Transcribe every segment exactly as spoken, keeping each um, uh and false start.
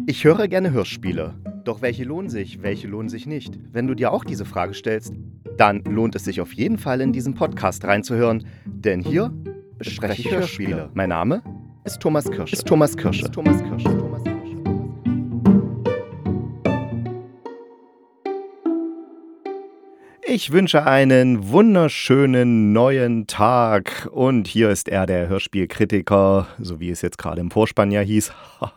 Ich höre gerne Hörspiele. Doch welche lohnen sich, welche lohnen sich nicht? Wenn du dir auch diese Frage stellst, dann lohnt es sich auf jeden Fall in diesen Podcast reinzuhören, denn hier bespreche ich Hörspiele. Mein Name ist Thomas Kirsche. Ist Thomas Kirsche. Ist Thomas Kirsche. Thomas Kirsche. Ich wünsche einen wunderschönen neuen Tag und hier ist er, der Hörspielkritiker, so wie es jetzt gerade im Vorspann ja hieß.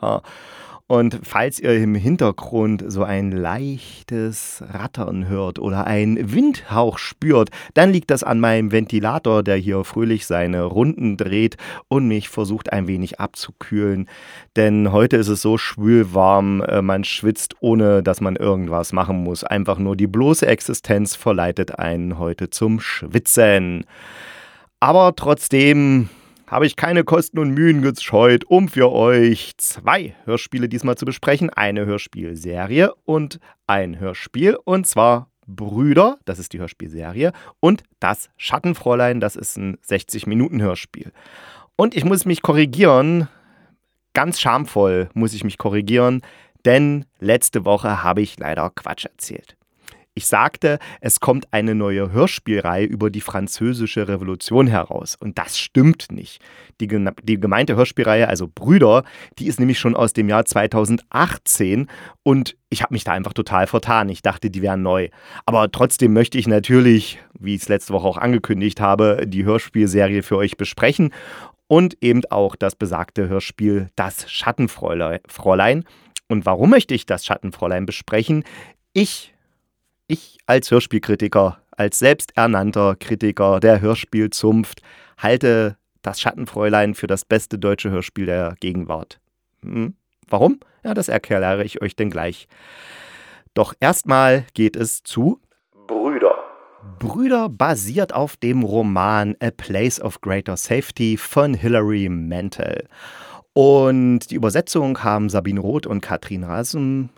Und falls ihr im Hintergrund so ein leichtes Rattern hört oder einen Windhauch spürt, dann liegt das an meinem Ventilator, der hier fröhlich seine Runden dreht und mich versucht ein wenig abzukühlen. Denn heute ist es so schwülwarm, man schwitzt, ohne dass man irgendwas machen muss. Einfach nur die bloße Existenz verleitet einen heute zum Schwitzen. Aber trotzdem habe ich keine Kosten und Mühen gescheut, um für euch zwei Hörspiele diesmal zu besprechen. Eine Hörspielserie und ein Hörspiel, und zwar Brüder, das ist die Hörspielserie, und das Schattenfräulein, das ist ein sechzig-Minuten-Hörspiel. Und ich muss mich korrigieren, ganz schamvoll muss ich mich korrigieren, denn letzte Woche habe ich leider Quatsch erzählt. Ich sagte, es kommt eine neue Hörspielreihe über die Französische Revolution heraus. Und das stimmt nicht. Die, die gemeinte Hörspielreihe, also Brüder, die ist nämlich schon aus dem Jahr zweitausendachtzehn. Und ich habe mich da einfach total vertan. Ich dachte, die wären neu. Aber trotzdem möchte ich natürlich, wie ich es letzte Woche auch angekündigt habe, die Hörspielserie für euch besprechen. Und eben auch das besagte Hörspiel Das Schattenfräulein. Und warum möchte ich das Schattenfräulein besprechen? Ich Ich als Hörspielkritiker, als selbsternannter Kritiker der Hörspielzunft, halte das Schattenfräulein für das beste deutsche Hörspiel der Gegenwart. Hm, warum? Ja, das erkläre ich euch denn gleich. Doch erstmal geht es zu Brüder. Brüder basiert auf dem Roman A Place of Greater Safety von Hilary Mantel. Und die Übersetzung haben Sabine Roth und Katrin Rasm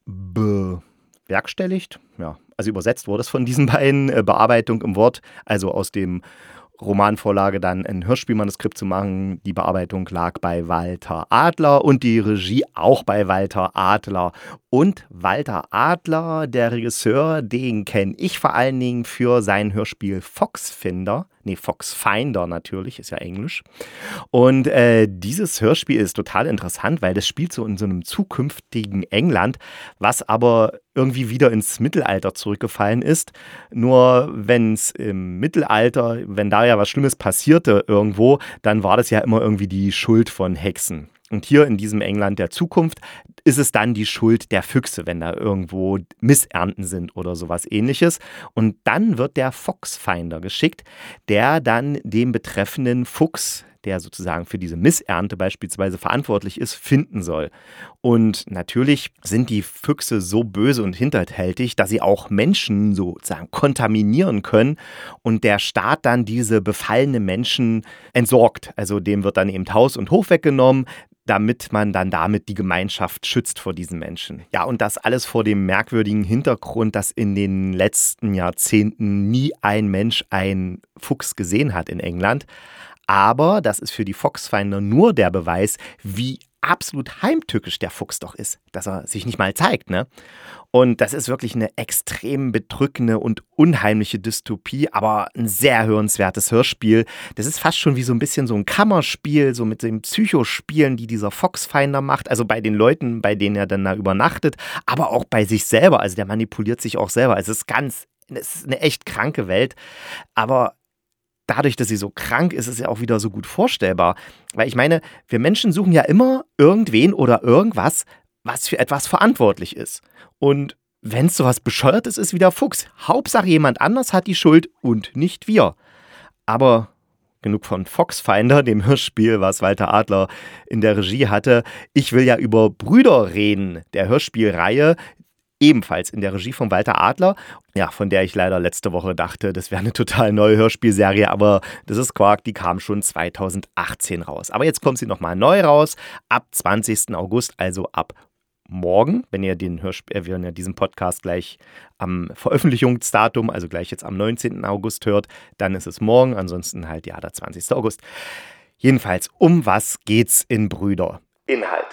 bewerkstelligt. Ja, also übersetzt wurde es von diesen beiden. äh, Bearbeitung im Wort, also aus dem Romanvorlage dann ein Hörspielmanuskript zu machen. Die Bearbeitung lag bei Walter Adler und die Regie auch bei Walter Adler. Und Walter Adler, der Regisseur, den kenne ich vor allen Dingen für sein Hörspiel Foxfinder. Nee, Foxfinder natürlich, ist ja Englisch. Und äh, dieses Hörspiel ist total interessant, weil das spielt so in so einem zukünftigen England, was aber irgendwie wieder ins Mittelalter zurückgefallen ist. Nur wenn es im Mittelalter, wenn da ja was Schlimmes passierte irgendwo, dann war das ja immer irgendwie die Schuld von Hexen. Und hier in diesem England der Zukunft ist es dann die Schuld der Füchse, wenn da irgendwo Missernten sind oder sowas Ähnliches. Und dann wird der Foxfinder geschickt, der dann den betreffenden Fuchs, der sozusagen für diese Missernte beispielsweise verantwortlich ist, finden soll. Und natürlich sind die Füchse so böse und hinterhältig, dass sie auch Menschen sozusagen kontaminieren können und der Staat dann diese befallenen Menschen entsorgt. Also dem wird dann eben Haus und Hof weggenommen, damit man dann damit die Gemeinschaft schützt vor diesen Menschen. Ja, und das alles vor dem merkwürdigen Hintergrund, dass in den letzten Jahrzehnten nie ein Mensch einen Fuchs gesehen hat in England. Aber das ist für die Foxfinder nur der Beweis, wie absolut heimtückisch der Fuchs doch ist, dass er sich nicht mal zeigt, ne? Und das ist wirklich eine extrem bedrückende und unheimliche Dystopie, aber ein sehr hörenswertes Hörspiel. Das ist fast schon wie so ein bisschen so ein Kammerspiel, so mit den Psychospielen, die dieser Foxfinder macht. Also bei den Leuten, bei denen er dann da übernachtet, aber auch bei sich selber. Also der manipuliert sich auch selber. Also es ist ganz, es ist eine echt kranke Welt, aber dadurch, dass sie so krank ist, ist es ja auch wieder so gut vorstellbar. Weil ich meine, wir Menschen suchen ja immer irgendwen oder irgendwas, was für etwas verantwortlich ist. Und wenn es sowas Bescheuertes ist wie der Fuchs, Hauptsache jemand anders hat die Schuld und nicht wir. Aber genug von Foxfinder, dem Hörspiel, was Walter Adler in der Regie hatte. Ich will ja über Brüder reden, der Hörspielreihe, ebenfalls in der Regie von Walter Adler, ja, von der ich leider letzte Woche dachte, das wäre eine total neue Hörspielserie, aber das ist Quark, die kam schon zweitausendachtzehn raus. Aber jetzt kommt sie nochmal neu raus, ab zwanzigsten August, also ab morgen, wenn ihr den Hörspiel, äh, wenn ihr diesen Podcast gleich am Veröffentlichungsdatum, also gleich jetzt am neunzehnten August hört, dann ist es morgen, ansonsten halt ja der zwanzigsten August. Jedenfalls, um was geht's in Brüder? Inhalt.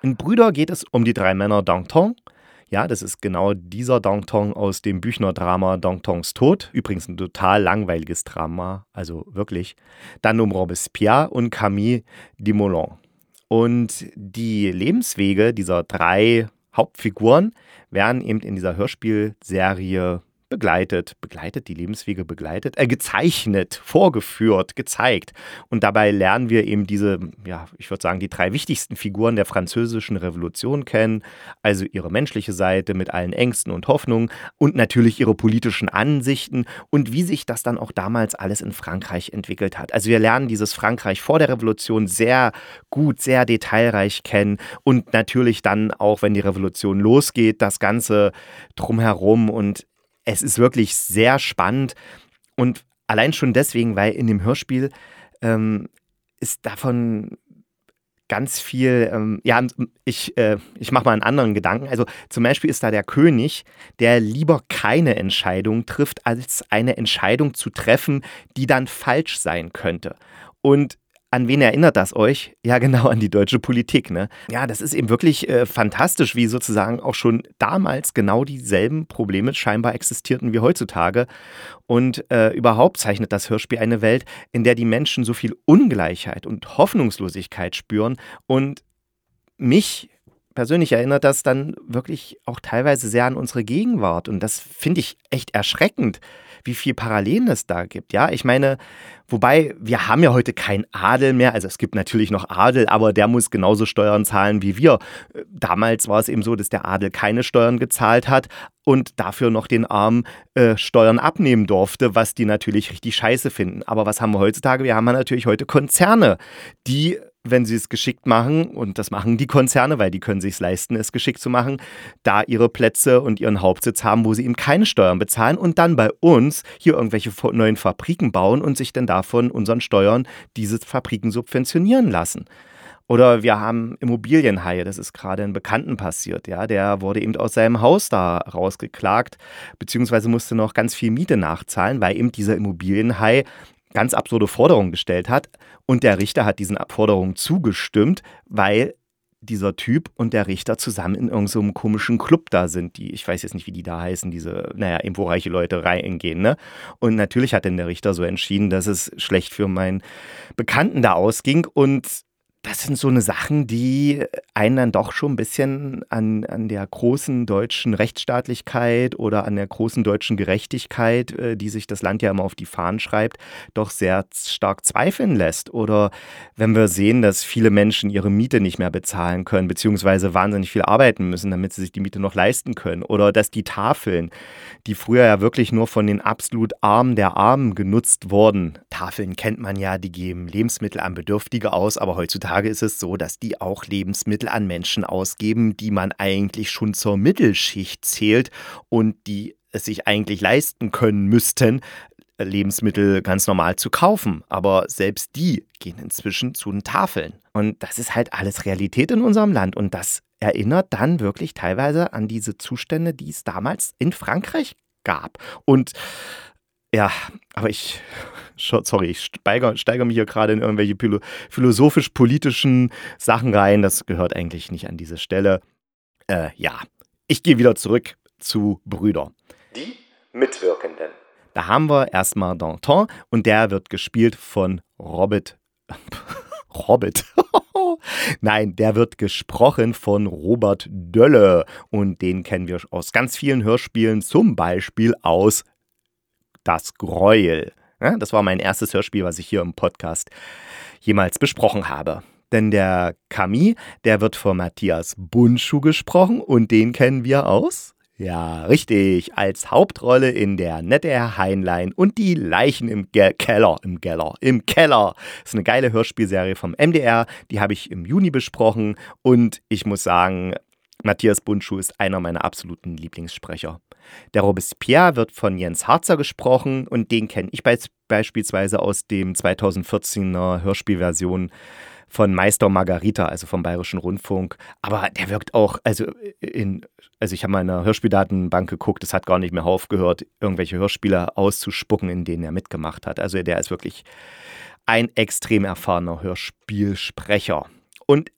In Brüder geht es um die drei Männer Danton. Ja, das ist genau dieser Danton aus dem Büchner-Drama Dantons Tod. Übrigens ein total langweiliges Drama, also wirklich. Dann um Robespierre und Camille Desmoulins. Und die Lebenswege dieser drei Hauptfiguren werden eben in dieser Hörspielserie begleitet, begleitet, die Lebenswege begleitet, äh, gezeichnet, vorgeführt, gezeigt. Und dabei lernen wir eben diese, ja, ich würde sagen, die drei wichtigsten Figuren der Französischen Revolution kennen. Also ihre menschliche Seite mit allen Ängsten und Hoffnungen und natürlich ihre politischen Ansichten und wie sich das dann auch damals alles in Frankreich entwickelt hat. Also wir lernen dieses Frankreich vor der Revolution sehr gut, sehr detailreich kennen und natürlich dann auch, wenn die Revolution losgeht, das Ganze drumherum und es ist wirklich sehr spannend und allein schon deswegen, weil in dem Hörspiel ähm, ist davon ganz viel, ähm, ja, ich, äh, ich mache mal einen anderen Gedanken. Also zum Beispiel ist da der König, der lieber keine Entscheidung trifft, als eine Entscheidung zu treffen, die dann falsch sein könnte. Und an wen erinnert das euch? Ja, genau, an die deutsche Politik, ne? Ja, das ist eben wirklich äh, fantastisch, wie sozusagen auch schon damals genau dieselben Probleme scheinbar existierten wie heutzutage. Und äh, überhaupt zeichnet das Hörspiel eine Welt, in der die Menschen so viel Ungleichheit und Hoffnungslosigkeit spüren. Und mich persönlich erinnert das dann wirklich auch teilweise sehr an unsere Gegenwart. Und das finde ich echt erschreckend, wie viel Parallelen es da gibt. Ja, ich meine, wobei wir haben ja heute keinen Adel mehr. Also es gibt natürlich noch Adel, aber der muss genauso Steuern zahlen wie wir. Damals war es eben so, dass der Adel keine Steuern gezahlt hat und dafür noch den Armen äh, Steuern abnehmen durfte, was die natürlich richtig scheiße finden. Aber was haben wir heutzutage? Wir haben ja natürlich heute Konzerne, die, wenn sie es geschickt machen, und das machen die Konzerne, weil die können sich leisten, es geschickt zu machen, da ihre Plätze und ihren Hauptsitz haben, wo sie eben keine Steuern bezahlen und dann bei uns hier irgendwelche neuen Fabriken bauen und sich dann davon unseren Steuern diese Fabriken subventionieren lassen. Oder wir haben Immobilienhaie, das ist gerade einem Bekannten passiert, ja, der wurde eben aus seinem Haus da rausgeklagt, beziehungsweise musste noch ganz viel Miete nachzahlen, weil eben dieser Immobilienhai ganz absurde Forderungen gestellt hat und der Richter hat diesen Forderungen zugestimmt, weil dieser Typ und der Richter zusammen in irgendeinem so komischen Club da sind, die, ich weiß jetzt nicht, wie die da heißen, diese, naja, eben wo reiche Leute reingehen, ne? Und natürlich hat dann der Richter so entschieden, dass es schlecht für meinen Bekannten da ausging und das sind so eine Sachen, die einen dann doch schon ein bisschen an, an der großen deutschen Rechtsstaatlichkeit oder an der großen deutschen Gerechtigkeit, äh, die sich das Land ja immer auf die Fahnen schreibt, doch sehr stark zweifeln lässt. Oder wenn wir sehen, dass viele Menschen ihre Miete nicht mehr bezahlen können, beziehungsweise wahnsinnig viel arbeiten müssen, damit sie sich die Miete noch leisten können. Oder dass die Tafeln, die früher ja wirklich nur von den absolut Armen der Armen genutzt wurden. Tafeln kennt man ja, die geben Lebensmittel an Bedürftige aus, aber heutzutage ist es so, dass die auch Lebensmittel an Menschen ausgeben, die man eigentlich schon zur Mittelschicht zählt und die es sich eigentlich leisten können müssten, Lebensmittel ganz normal zu kaufen. Aber selbst die gehen inzwischen zu den Tafeln. Und das ist halt alles Realität in unserem Land. Und das erinnert dann wirklich teilweise an diese Zustände, die es damals in Frankreich gab. Und ja, aber ich, sorry, ich steigere, steigere mich hier gerade in irgendwelche philosophisch-politischen Sachen rein. Das gehört eigentlich nicht an diese Stelle. Äh, ja, ich gehe wieder zurück zu Brüder. Die Mitwirkenden. Da haben wir erstmal Danton und der wird gespielt von Robert. Robert. Nein, der wird gesprochen von Robert Dölle und den kennen wir aus ganz vielen Hörspielen, zum Beispiel aus Das Greuel. Ja, das war mein erstes Hörspiel, was ich hier im Podcast jemals besprochen habe. Denn der Camille, der wird von Matthias Bundschuh gesprochen und den kennen wir aus, ja richtig, als Hauptrolle in der Nette Herr Heinlein und die Leichen im Ge- Keller, im Keller, im Keller. Das ist eine geile Hörspielserie vom M D R, die habe ich im Juni besprochen und ich muss sagen, Matthias Bundschuh ist einer meiner absoluten Lieblingssprecher. Der Robespierre wird von Jens Harzer gesprochen und den kenne ich be- beispielsweise aus dem zweitausendvierzehner Hörspielversion von Meister Margarita, also vom Bayerischen Rundfunk. Aber der wirkt auch, also in, also ich habe mal in einer Hörspieldatenbank geguckt, es hat gar nicht mehr aufgehört, irgendwelche Hörspiele auszuspucken, in denen er mitgemacht hat. Also der ist wirklich ein extrem erfahrener Hörspielsprecher. Und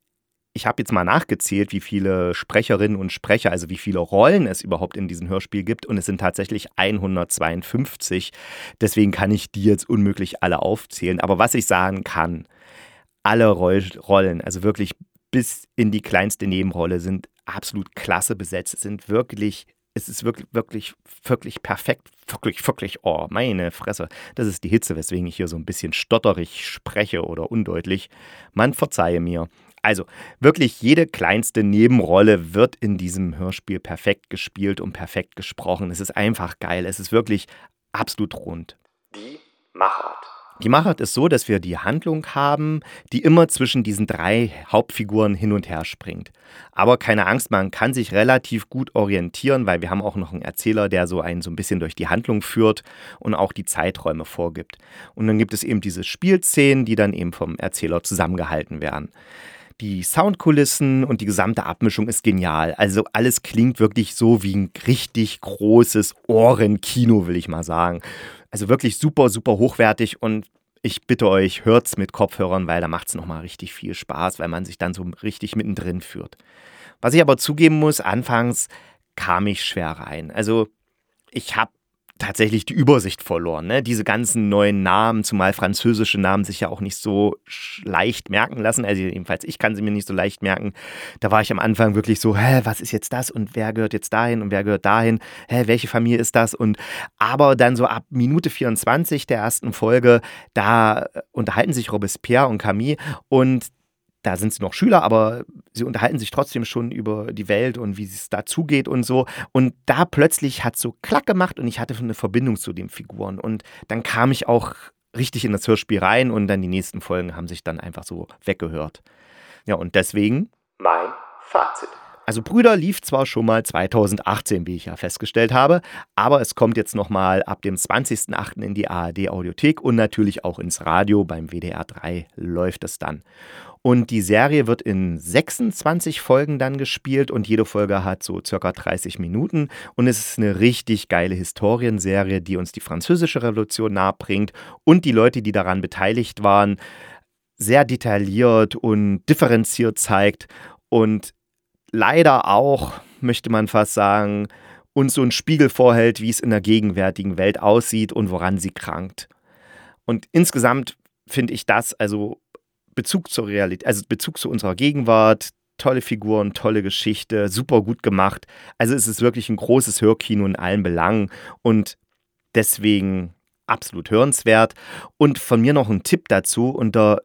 Ich habe jetzt mal nachgezählt, wie viele Sprecherinnen und Sprecher, also wie viele Rollen es überhaupt in diesem Hörspiel gibt. Und es sind tatsächlich hundertzweiundfünfzig. Deswegen kann ich die jetzt unmöglich alle aufzählen. Aber was ich sagen kann, alle Rollen, also wirklich bis in die kleinste Nebenrolle, sind absolut klasse besetzt. Es sind wirklich, es ist wirklich, wirklich, wirklich perfekt. Wirklich, wirklich, oh, meine Fresse. Das ist die Hitze, weswegen ich hier so ein bisschen stotterig spreche oder undeutlich. Man verzeihe mir. Also wirklich jede kleinste Nebenrolle wird in diesem Hörspiel perfekt gespielt und perfekt gesprochen. Es ist einfach geil. Es ist wirklich absolut rund. Die Machart. Die Machart ist so, dass wir die Handlung haben, die immer zwischen diesen drei Hauptfiguren hin und her springt. Aber keine Angst, man kann sich relativ gut orientieren, weil wir haben auch noch einen Erzähler, der so einen so ein bisschen durch die Handlung führt und auch die Zeiträume vorgibt. Und dann gibt es eben diese Spielszenen, die dann eben vom Erzähler zusammengehalten werden. Die Soundkulissen und die gesamte Abmischung ist genial. Also alles klingt wirklich so wie ein richtig großes Ohrenkino, will ich mal sagen. Also wirklich super, super hochwertig und ich bitte euch, hört's mit Kopfhörern, weil da macht's nochmal richtig viel Spaß, weil man sich dann so richtig mittendrin führt. Was ich aber zugeben muss, anfangs kam ich schwer rein. Also ich habe tatsächlich die Übersicht verloren. Ne? Diese ganzen neuen Namen, zumal französische Namen sich ja auch nicht so leicht merken lassen. Also jedenfalls, ich kann sie mir nicht so leicht merken. Da war ich am Anfang wirklich so, hä, was ist jetzt das und wer gehört jetzt dahin und wer gehört dahin? Hä, welche Familie ist das? Und aber dann so ab Minute vierundzwanzig der ersten Folge, da unterhalten sich Robespierre und Camille und da sind sie noch Schüler, aber sie unterhalten sich trotzdem schon über die Welt und wie es dazugeht und so. Und da plötzlich hat es so Klack gemacht und ich hatte eine Verbindung zu den Figuren. Und dann kam ich auch richtig in das Hörspiel rein und dann die nächsten Folgen haben sich dann einfach so weggehört. Ja, und deswegen mein Fazit. Also Brüder lief zwar schon mal zweitausendachtzehn, wie ich ja festgestellt habe, aber es kommt jetzt nochmal ab dem zwanzigsten achten in die A R D-Audiothek und natürlich auch ins Radio. Beim W D R drei läuft es dann. Und die Serie wird in sechsundzwanzig Folgen dann gespielt und jede Folge hat so circa dreißig Minuten. Und es ist eine richtig geile Historienserie, die uns die Französische Revolution nahebringt und die Leute, die daran beteiligt waren, sehr detailliert und differenziert zeigt und leider auch, möchte man fast sagen, uns so einen Spiegel vorhält, wie es in der gegenwärtigen Welt aussieht und woran sie krankt. Und insgesamt finde ich das, also Bezug zur Realität, also Bezug zu unserer Gegenwart, tolle Figuren, tolle Geschichte, super gut gemacht. Also es ist wirklich ein großes Hörkino in allen Belangen und deswegen absolut hörenswert. Und von mir noch ein Tipp dazu unter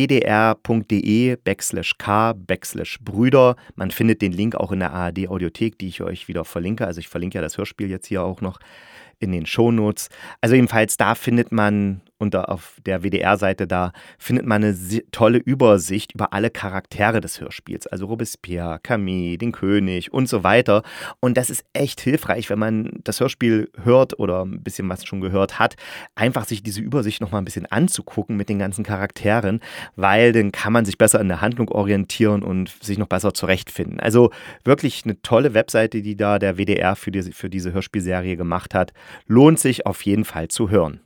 wdr.de backslash k backslash Brüder. Man findet den Link auch in der A R D-Audiothek, die ich euch wieder verlinke. Also ich verlinke ja das Hörspiel jetzt hier auch noch in den Shownotes. Also jedenfalls, da findet man unter auf der W D R-Seite, da findet man eine tolle Übersicht über alle Charaktere des Hörspiels. Also Robespierre, Camille, den König und so weiter. Und das ist echt hilfreich, wenn man das Hörspiel hört oder ein bisschen was schon gehört hat, einfach sich diese Übersicht nochmal ein bisschen anzugucken mit den ganzen Charakteren, weil dann kann man sich besser in der Handlung orientieren und sich noch besser zurechtfinden. Also wirklich eine tolle Webseite, die da der W D R für diese, für diese Hörspielserie gemacht hat. Lohnt sich auf jeden Fall zu hören.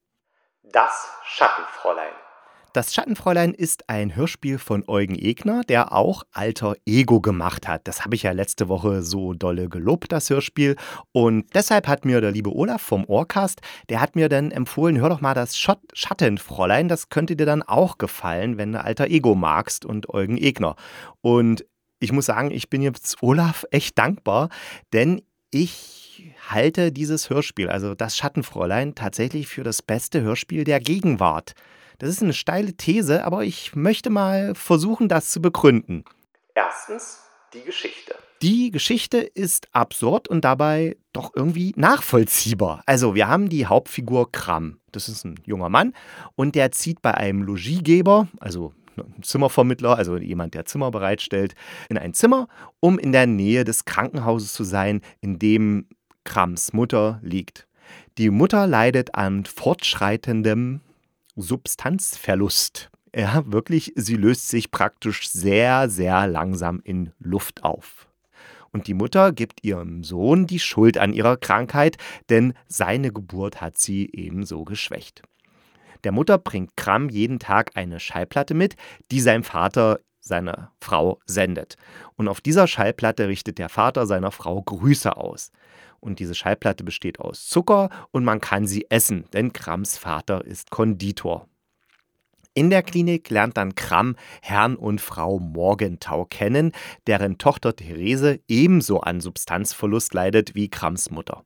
Das Schattenfräulein. Das Schattenfräulein ist ein Hörspiel von Eugen Egner, der auch Alter Ego gemacht hat. Das habe ich ja letzte Woche so dolle gelobt, das Hörspiel. Und deshalb hat mir der liebe Olaf vom Ohrcast, der hat mir dann empfohlen, hör doch mal das Schattenfräulein, das könnte dir dann auch gefallen, wenn du Alter Ego magst und Eugen Egner. Und ich muss sagen, ich bin jetzt Olaf echt dankbar, denn ich halte dieses Hörspiel, also das Schattenfräulein, tatsächlich für das beste Hörspiel der Gegenwart. Das ist eine steile These, aber ich möchte mal versuchen, das zu begründen. Erstens die Geschichte. Die Geschichte ist absurd und dabei doch irgendwie nachvollziehbar. Also wir haben die Hauptfigur Kram. Das ist ein junger Mann und der zieht bei einem Logiegeber, also ein Zimmervermittler, also jemand, der Zimmer bereitstellt, in ein Zimmer, um in der Nähe des Krankenhauses zu sein, in dem Krams Mutter liegt. Die Mutter leidet an fortschreitendem Substanzverlust. Ja, wirklich, sie löst sich praktisch sehr, sehr langsam in Luft auf. Und die Mutter gibt ihrem Sohn die Schuld an ihrer Krankheit, denn seine Geburt hat sie ebenso geschwächt. Der Mutter bringt Kram jeden Tag eine Schallplatte mit, die sein Vater seine Frau sendet. Und auf dieser Schallplatte richtet der Vater seiner Frau Grüße aus. Und diese Schallplatte besteht aus Zucker und man kann sie essen, denn Krams Vater ist Konditor. In der Klinik lernt dann Kram Herrn und Frau Morgenthau kennen, deren Tochter Therese ebenso an Substanzverlust leidet wie Krams Mutter.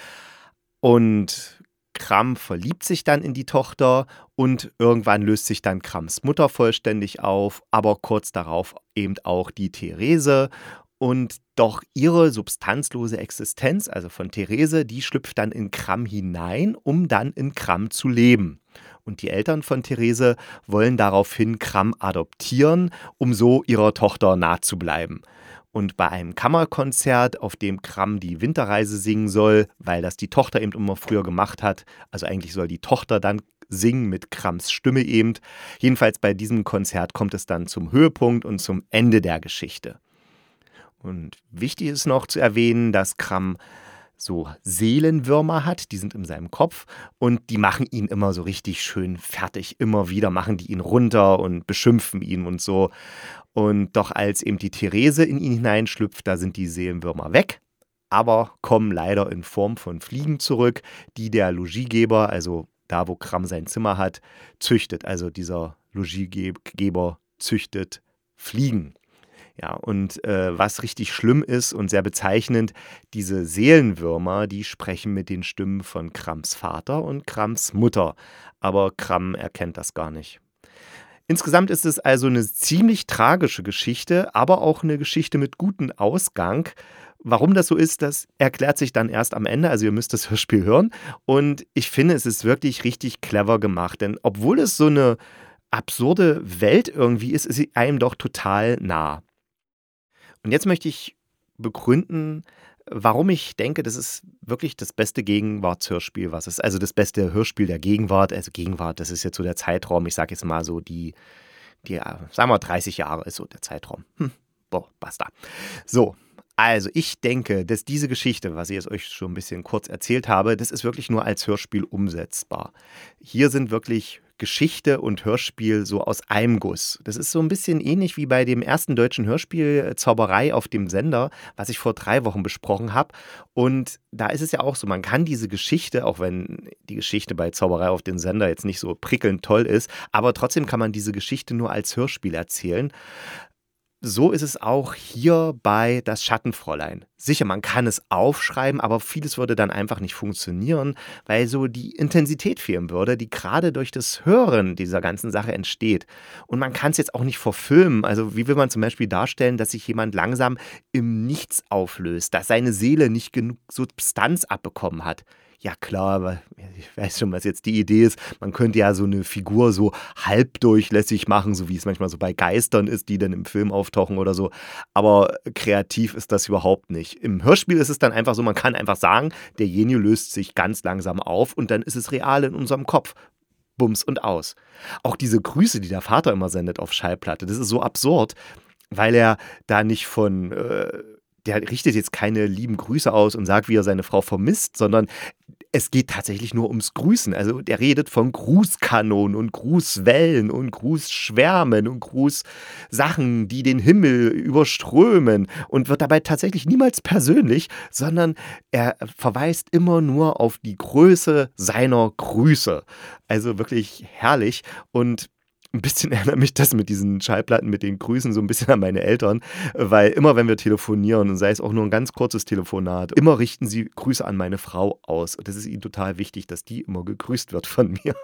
Und Kram verliebt sich dann in die Tochter und irgendwann löst sich dann Krams Mutter vollständig auf, aber kurz darauf eben auch die Therese. Und doch ihre substanzlose Existenz, also von Therese, die schlüpft dann in Kram hinein, um dann in Kram zu leben. Und die Eltern von Therese wollen daraufhin Kram adoptieren, um so ihrer Tochter nah zu bleiben. Und bei einem Kammerkonzert, auf dem Kram die Winterreise singen soll, weil das die Tochter eben immer früher gemacht hat, also eigentlich soll die Tochter dann singen mit Krams Stimme eben. Jedenfalls bei diesem Konzert kommt es dann zum Höhepunkt und zum Ende der Geschichte. Und wichtig ist noch zu erwähnen, dass Kram so Seelenwürmer hat, die sind in seinem Kopf und die machen ihn immer so richtig schön fertig. Immer wieder machen die ihn runter und beschimpfen ihn und so. Und doch als eben die Therese in ihn hineinschlüpft, da sind die Seelenwürmer weg, aber kommen leider in Form von Fliegen zurück, die der Logiegeber, also da wo Kram sein Zimmer hat, züchtet. Also dieser Logiegeber züchtet Fliegen. Ja, und äh, was richtig schlimm ist und sehr bezeichnend, diese Seelenwürmer, die sprechen mit den Stimmen von Krams Vater und Krams Mutter. Aber Kram erkennt das gar nicht. Insgesamt ist es also eine ziemlich tragische Geschichte, aber auch eine Geschichte mit gutem Ausgang. Warum das so ist, das erklärt sich dann erst am Ende. Also ihr müsst das Hörspiel hören. Und ich finde, es ist wirklich richtig clever gemacht. Denn obwohl es so eine absurde Welt irgendwie ist, ist sie einem doch total nah. Und jetzt möchte ich begründen, warum ich denke, das ist wirklich das beste Gegenwartshörspiel, was es ist. Also das beste Hörspiel der Gegenwart. Also Gegenwart, das ist jetzt so der Zeitraum, ich sage jetzt mal so die, die, sagen wir dreißig Jahre ist so der Zeitraum. Hm, boah, basta. So, also ich denke, dass diese Geschichte, was ich jetzt euch schon ein bisschen kurz erzählt habe, das ist wirklich nur als Hörspiel umsetzbar. Hier sind wirklich Geschichte und Hörspiel so aus einem Guss. Das ist so ein bisschen ähnlich wie bei dem ersten deutschen Hörspiel Zauberei auf dem Sender, was ich vor drei Wochen besprochen habe. Und da ist es ja auch so, man kann diese Geschichte, auch wenn die Geschichte bei Zauberei auf dem Sender jetzt nicht so prickelnd toll ist, aber trotzdem kann man diese Geschichte nur als Hörspiel erzählen. So ist es auch hier bei Das Schattenfräulein. Sicher, man kann es aufschreiben, aber vieles würde dann einfach nicht funktionieren, weil so die Intensität fehlen würde, die gerade durch das Hören dieser ganzen Sache entsteht. Und man kann es jetzt auch nicht verfilmen. Also wie will man zum Beispiel darstellen, dass sich jemand langsam im Nichts auflöst, dass seine Seele nicht genug Substanz abbekommen hat? Ja klar, aber ich weiß schon, was jetzt die Idee ist. Man könnte ja so eine Figur so halbdurchlässig machen, so wie es manchmal so bei Geistern ist, die dann im Film auftauchen oder so. Aber kreativ ist das überhaupt nicht. Im Hörspiel ist es dann einfach so, man kann einfach sagen, derjenige löst sich ganz langsam auf und dann ist es real in unserem Kopf. Bums und aus. Auch diese Grüße, die der Vater immer sendet auf Schallplatte, das ist so absurd, weil er da nicht von... Äh, der richtet jetzt keine lieben Grüße aus und sagt, wie er seine Frau vermisst, sondern es geht tatsächlich nur ums Grüßen. Also der redet von Grußkanonen und Grußwellen und Grußschwärmen und Grußsachen, die den Himmel überströmen und wird dabei tatsächlich niemals persönlich, sondern er verweist immer nur auf die Größe seiner Grüße. Also wirklich herrlich und ein bisschen erinnert mich das mit diesen Schallplatten, mit den Grüßen so ein bisschen an meine Eltern, weil immer, wenn wir telefonieren, und sei es auch nur ein ganz kurzes Telefonat, immer richten sie Grüße an meine Frau aus. Und das ist ihnen total wichtig, dass die immer gegrüßt wird von mir.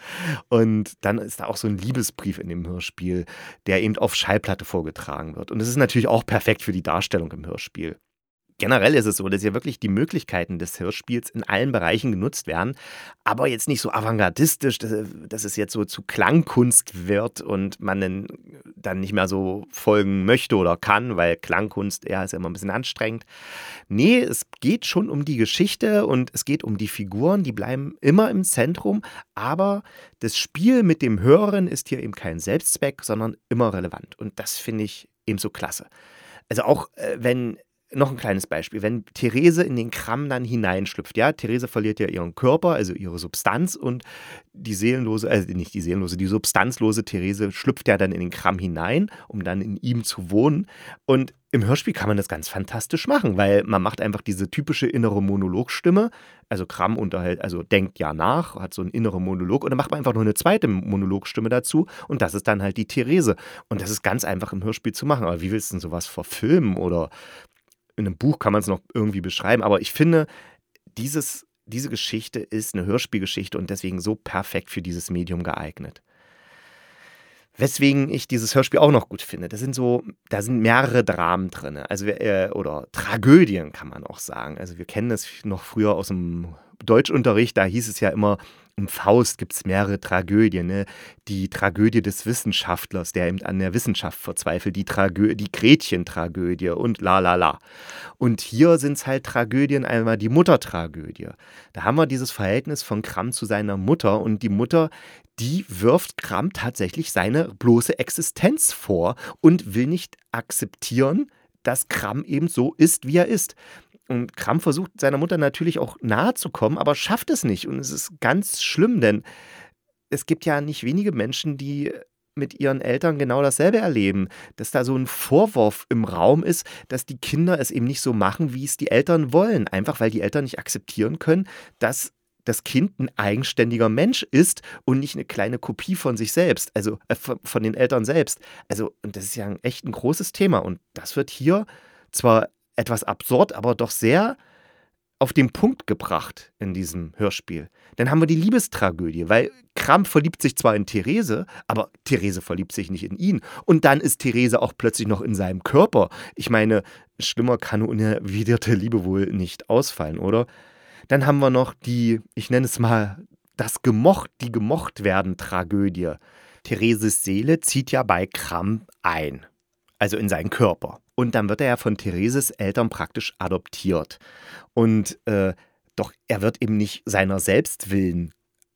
Und dann ist da auch so ein Liebesbrief in dem Hörspiel, der eben auf Schallplatte vorgetragen wird. Und das ist natürlich auch perfekt für die Darstellung im Hörspiel. Generell ist es so, dass ja wirklich die Möglichkeiten des Hörspiels in allen Bereichen genutzt werden, aber jetzt nicht so avantgardistisch, dass, dass es jetzt so zu Klangkunst wird und man dann, dann nicht mehr so folgen möchte oder kann, weil Klangkunst ja, ist ja immer ein bisschen anstrengend. Nee, es geht schon um die Geschichte und es geht um die Figuren, die bleiben immer im Zentrum, aber das Spiel mit dem Hören ist hier eben kein Selbstzweck, sondern immer relevant und das finde ich eben so klasse. Also auch äh, wenn noch ein kleines Beispiel. Wenn Therese in den Kram dann hineinschlüpft, ja, Therese verliert ja ihren Körper, also ihre Substanz und die seelenlose, also nicht die seelenlose, die substanzlose Therese schlüpft ja dann in den Kram hinein, um dann in ihm zu wohnen. Und im Hörspiel kann man das ganz fantastisch machen, weil man macht einfach diese typische innere Monologstimme. Also Kram unterhält, also denkt ja nach, hat so einen inneren Monolog und dann macht man einfach noch eine zweite Monologstimme dazu und das ist dann halt die Therese. Und das ist ganz einfach im Hörspiel zu machen. Aber wie willst du denn sowas verfilmen oder in einem Buch kann man es noch irgendwie beschreiben, aber ich finde, dieses, diese Geschichte ist eine Hörspielgeschichte und deswegen so perfekt für dieses Medium geeignet. Weswegen ich dieses Hörspiel auch noch gut finde. Das sind so, da sind mehrere Dramen drin, also äh, oder Tragödien kann man auch sagen. Also wir kennen das noch früher aus dem Deutschunterricht, da hieß es ja immer, im Faust gibt es mehrere Tragödien. Ne? Die Tragödie des Wissenschaftlers, der eben an der Wissenschaft verzweifelt, die, Tragö- die Gretchen-Tragödie und la la la. Und hier sind es halt Tragödien, einmal die Muttertragödie. Da haben wir dieses Verhältnis von Kram zu seiner Mutter und die Mutter, die wirft Kram tatsächlich seine bloße Existenz vor und will nicht akzeptieren, dass Kram eben so ist, wie er ist. Und Kram versucht seiner Mutter natürlich auch nahe zu kommen, aber schafft es nicht. Und es ist ganz schlimm, denn es gibt ja nicht wenige Menschen, die mit ihren Eltern genau dasselbe erleben. Dass da so ein Vorwurf im Raum ist, dass die Kinder es eben nicht so machen, wie es die Eltern wollen. Einfach weil die Eltern nicht akzeptieren können, dass das Kind ein eigenständiger Mensch ist und nicht eine kleine Kopie von sich selbst, also äh, von, von den Eltern selbst. Also, und das ist ja ein, echt ein großes Thema. Und das wird hier zwar etwas absurd, aber doch sehr auf den Punkt gebracht in diesem Hörspiel. Dann haben wir die Liebestragödie, weil Kram verliebt sich zwar in Therese, aber Therese verliebt sich nicht in ihn. Und dann ist Therese auch plötzlich noch in seinem Körper. Ich meine, schlimmer kann unerwiderte Liebe wohl nicht ausfallen, oder? Dann haben wir noch die, ich nenne es mal, das Gemocht, die Gemocht-werden-Tragödie. Thereses Seele zieht ja bei Kram ein, also in seinen Körper. Und dann wird er ja von Thereses Eltern praktisch adoptiert. Und äh, doch er wird eben nicht seiner selbst willen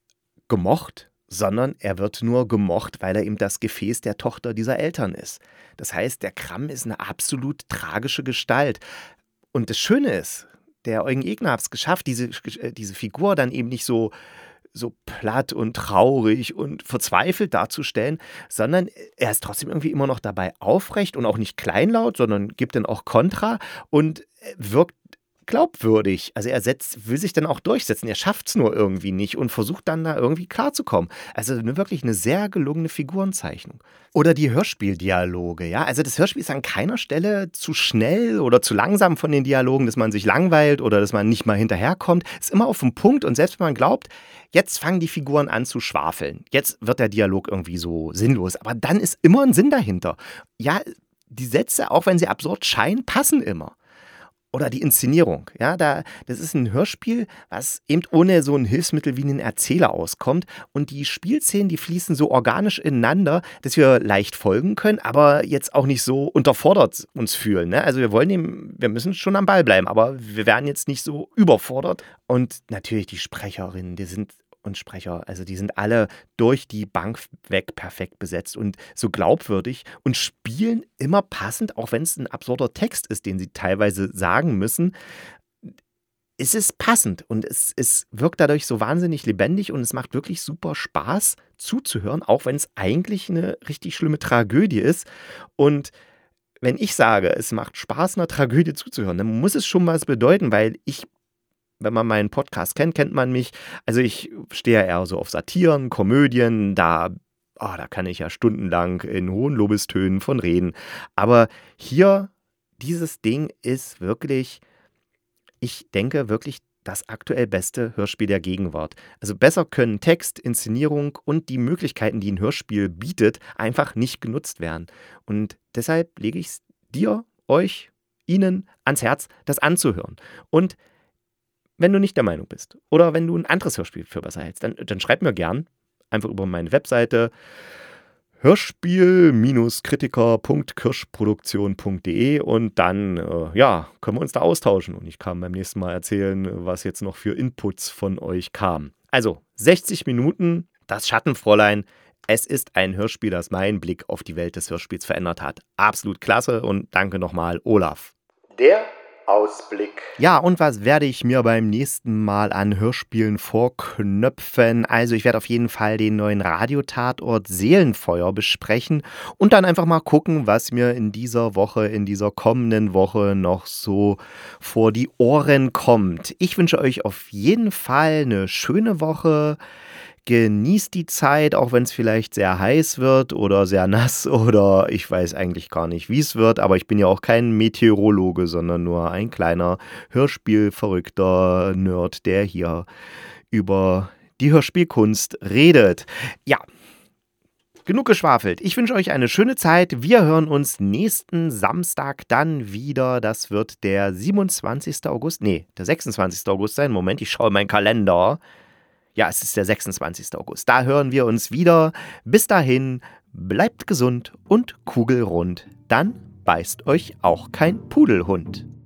gemocht, sondern er wird nur gemocht, weil er eben das Gefäß der Tochter dieser Eltern ist. Das heißt, der Kram ist eine absolut tragische Gestalt. Und das Schöne ist, der Eugen Egner hat es geschafft, diese, diese Figur dann eben nicht so, so platt und traurig und verzweifelt darzustellen, sondern er ist trotzdem irgendwie immer noch dabei aufrecht und auch nicht kleinlaut, sondern gibt dann auch Kontra und wirkt glaubwürdig. Also er setzt, will sich dann auch durchsetzen. Er schafft es nur irgendwie nicht und versucht dann da irgendwie klarzukommen. Also eine, wirklich eine sehr gelungene Figurenzeichnung. Oder die Hörspieldialoge, ja. Also das Hörspiel ist an keiner Stelle zu schnell oder zu langsam von den Dialogen, dass man sich langweilt oder dass man nicht mal hinterherkommt. Ist immer auf den Punkt und selbst wenn man glaubt, jetzt fangen die Figuren an zu schwafeln. Jetzt wird der Dialog irgendwie so sinnlos. Aber dann ist immer ein Sinn dahinter. Ja, die Sätze, auch wenn sie absurd scheinen, passen immer. Oder die Inszenierung, ja, da, das ist ein Hörspiel, was eben ohne so ein Hilfsmittel wie einen Erzähler auskommt und die Spielszenen, die fließen so organisch ineinander, dass wir leicht folgen können, aber jetzt auch nicht so unterfordert uns fühlen, ne? Also wir wollen eben, wir müssen schon am Ball bleiben, aber wir werden jetzt nicht so überfordert und natürlich die Sprecherinnen, die sind und Sprecher, also die sind alle durch die Bank weg perfekt besetzt und so glaubwürdig und spielen immer passend, auch wenn es ein absurder Text ist, den sie teilweise sagen müssen, ist es passend und es, es wirkt dadurch so wahnsinnig lebendig und es macht wirklich super Spaß zuzuhören, auch wenn es eigentlich eine richtig schlimme Tragödie ist. Und wenn ich sage, es macht Spaß, einer Tragödie zuzuhören, dann muss es schon was bedeuten, weil ich wenn man meinen Podcast kennt, kennt man mich. Also ich stehe ja eher so auf Satiren, Komödien, da, oh, da kann ich ja stundenlang in hohen Lobestönen von reden. Aber hier, dieses Ding ist wirklich, ich denke wirklich, das aktuell beste Hörspiel der Gegenwart. Also besser können Text, Inszenierung und die Möglichkeiten, die ein Hörspiel bietet, einfach nicht genutzt werden. Und deshalb lege ich es dir, euch, Ihnen ans Herz, das anzuhören. Und wenn du nicht der Meinung bist oder wenn du ein anderes Hörspiel für besser hältst, dann, dann schreib mir gern einfach über meine Webseite hörspiel kritiker punkt kirschproduktion punkt de und dann äh, ja, können wir uns da austauschen und ich kann beim nächsten Mal erzählen, was jetzt noch für Inputs von euch kam. Also sechzig Minuten, das Schattenfräulein. Es ist ein Hörspiel, das meinen Blick auf die Welt des Hörspiels verändert hat. Absolut klasse und danke nochmal, Olaf. Der Ausblick. Ja, und was werde ich mir beim nächsten Mal an Hörspielen vorknöpfen? Also ich werde auf jeden Fall den neuen Radiotatort Seelenfeuer besprechen und dann einfach mal gucken, was mir in dieser Woche, in dieser kommenden Woche noch so vor die Ohren kommt. Ich wünsche euch auf jeden Fall eine schöne Woche. Genießt die Zeit, auch wenn es vielleicht sehr heiß wird oder sehr nass oder ich weiß eigentlich gar nicht, wie es wird, aber ich bin ja auch kein Meteorologe, sondern nur ein kleiner Hörspielverrückter Nerd, der hier über die Hörspielkunst redet. Ja, genug geschwafelt. Ich wünsche euch eine schöne Zeit. Wir hören uns nächsten Samstag dann wieder. Das wird der siebenundzwanzigsten August. Nee, der sechsundzwanzigsten August sein. Moment, ich schaue in meinen Kalender. Ja, es ist der sechsundzwanzigsten August. Da hören wir uns wieder. Bis dahin, bleibt gesund und kugelrund. Dann beißt euch auch kein Pudelhund.